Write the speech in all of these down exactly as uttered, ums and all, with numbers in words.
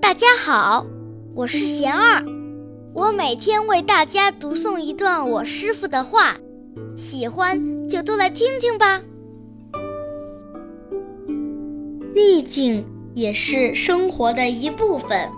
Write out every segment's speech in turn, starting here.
大家好，我是贤二，我每天为大家读诵一段我师父的话，喜欢就都来听听吧。逆境也是生活的一部分。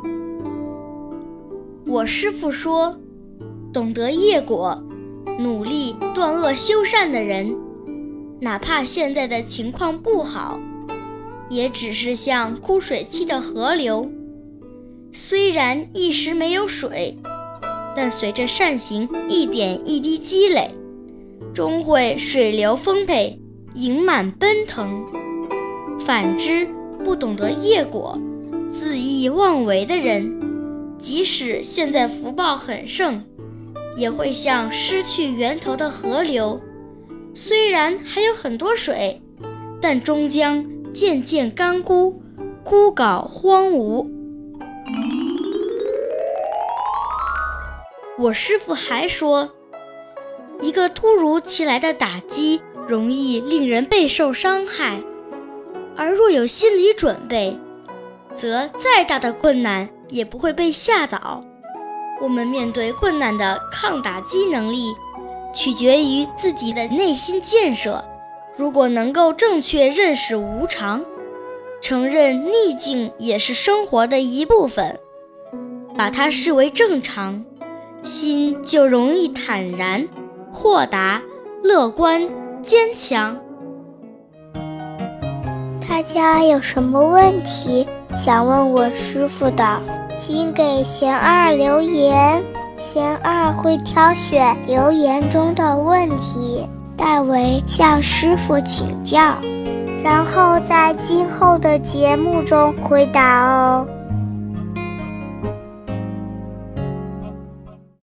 我师父说，懂得业果，努力断恶修善的人，哪怕现在的情况不好，也只是像枯水期的河流，虽然一时没有水，但随着善行一点一滴积累，终会水流丰沛，盈满奔腾。反之，不懂得业果，恣意妄为的人，即使现在福报很盛，也会像失去源头的河流，虽然还有很多水，但终将渐渐干枯，枯槁荒芜。我师父还说，一个突如其来的打击容易令人备受伤害，而若有心理准备，则再大的困难也不会被吓倒。我们面对困难的抗打击能力，取决于自己的内心建设。如果能够正确认识无常，承认逆境也是生活的一部分，把它视为正常，心就容易坦然、豁达、乐观、坚强。 大家有什么问题想问我师父的，请给贤二留言，贤二会挑选留言中的问题，代为向师父请教，然后在今后的节目中回答哦。